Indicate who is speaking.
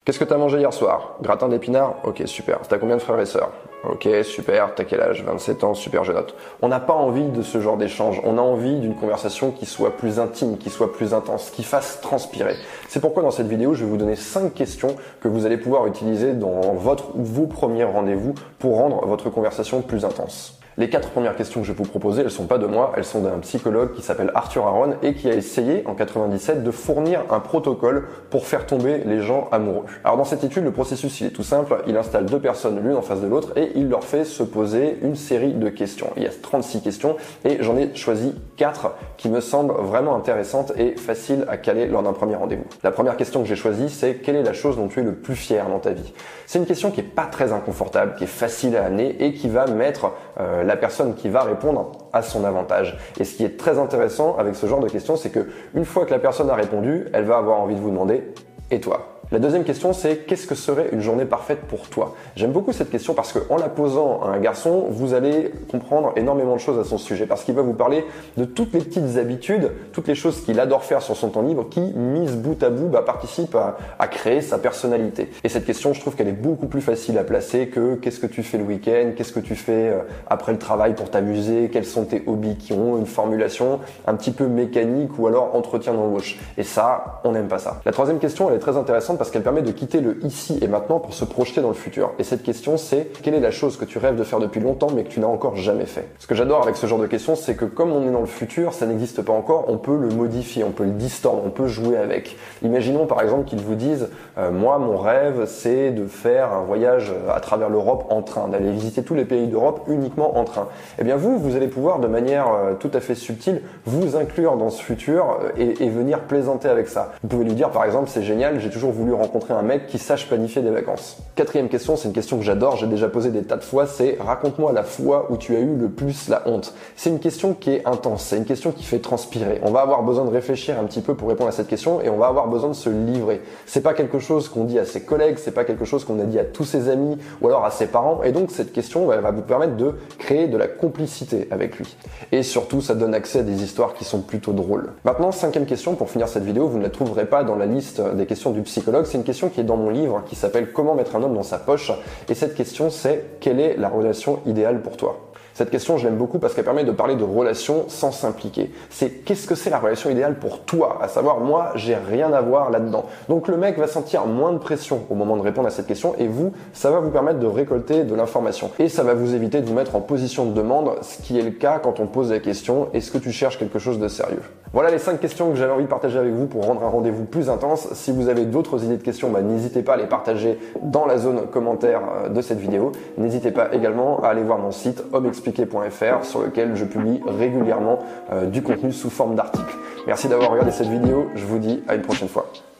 Speaker 1: Qu'est-ce que t'as mangé hier soir? Gratin d'épinards? Ok, super. T'as combien de frères et sœurs? Ok, super. T'as quel âge? 27 ans, super, je note. On n'a pas envie de ce genre d'échange. On a envie d'une conversation qui soit plus intime, qui soit plus intense, qui fasse transpirer. C'est pourquoi dans cette vidéo, je vais vous donner 5 questions que vous allez pouvoir utiliser dans votre ou vos premiers rendez-vous pour rendre votre conversation plus intense. Les 4 premières questions que je vais vous proposer, elles sont pas de moi, elles sont d'un psychologue qui s'appelle Arthur Aron et qui a essayé en 97 de fournir un protocole pour faire tomber les gens amoureux. Alors dans cette étude, le processus il est tout simple, il installe 2 personnes l'une en face de l'autre et il leur fait se poser une série de questions. Il y a 36 questions et j'en ai choisi 4 qui me semblent vraiment intéressantes et faciles à caler lors d'un premier rendez-vous. La première question que j'ai choisie, c'est quelle est la chose dont tu es le plus fier dans ta vie? C'est une question qui est pas très inconfortable, qui est facile à amener et qui va mettre la personne qui va répondre à son avantage. Et ce qui est très intéressant avec ce genre de questions, c'est que une fois que la personne a répondu, elle va avoir envie de vous demander « Et toi ?» La deuxième question, c'est qu'est-ce que serait une journée parfaite pour toi? J'aime beaucoup cette question parce que en la posant à un garçon, vous allez comprendre énormément de choses à son sujet parce qu'il va vous parler de toutes les petites habitudes, toutes les choses qu'il adore faire sur son temps libre qui, mises bout à bout, participent à créer sa personnalité. Et cette question, je trouve qu'elle est beaucoup plus facile à placer que qu'est-ce que tu fais le week-end, qu'est-ce que tu fais après le travail pour t'amuser, quels sont tes hobbies qui ont une formulation un petit peu mécanique ou alors entretien d'embauche. Et ça, on n'aime pas ça. La troisième question, elle est très intéressante parce qu'elle permet de quitter le ici et maintenant pour se projeter dans le futur. Et cette question, c'est quelle est la chose que tu rêves de faire depuis longtemps mais que tu n'as encore jamais fait? Ce que j'adore avec ce genre de questions, c'est que comme on est dans le futur, ça n'existe pas encore, on peut le modifier, on peut le distordre, on peut jouer avec. Imaginons par exemple qu'ils vous disent moi, mon rêve, c'est de faire un voyage à travers l'Europe en train, d'aller visiter tous les pays d'Europe uniquement en train. Eh bien vous allez pouvoir de manière tout à fait subtile vous inclure dans ce futur et venir plaisanter avec ça. Vous pouvez lui dire par exemple, c'est génial, j'ai toujours voulu rencontrer un mec qui sache planifier des vacances. Quatrième question, c'est une question que j'adore, j'ai déjà posé des tas de fois, c'est raconte-moi la fois où tu as eu le plus la honte. C'est une question qui est intense, c'est une question qui fait transpirer. On va avoir besoin de réfléchir un petit peu pour répondre à cette question et on va avoir besoin de se livrer. C'est pas quelque chose qu'on dit à ses collègues, c'est pas quelque chose qu'on a dit à tous ses amis ou alors à ses parents et donc cette question va vous permettre de créer de la complicité avec lui. Et surtout, ça donne accès à des histoires qui sont plutôt drôles. Maintenant, 5e question, pour finir cette vidéo, vous ne la trouverez pas dans la liste des questions du psychologue. C'est une question qui est dans mon livre qui s'appelle Comment mettre un homme dans sa poche. Et cette question, c'est quelle est la relation idéale pour toi? Cette question, je l'aime beaucoup parce qu'elle permet de parler de relations sans s'impliquer. C'est qu'est-ce que c'est la relation idéale pour toi? À savoir, moi, j'ai rien à voir là-dedans. Donc le mec va sentir moins de pression au moment de répondre à cette question et vous, ça va vous permettre de récolter de l'information. Et ça va vous éviter de vous mettre en position de demande, ce qui est le cas quand on pose la question, est-ce que tu cherches quelque chose de sérieux? Voilà les 5 questions que j'avais envie de partager avec vous pour rendre un rendez-vous plus intense. Si vous avez d'autres idées de questions, n'hésitez pas à les partager dans la zone commentaire de cette vidéo. N'hésitez pas également à aller voir mon site homeexpliqué.fr sur lequel je publie régulièrement du contenu sous forme d'articles. Merci d'avoir regardé cette vidéo, je vous dis à une prochaine fois.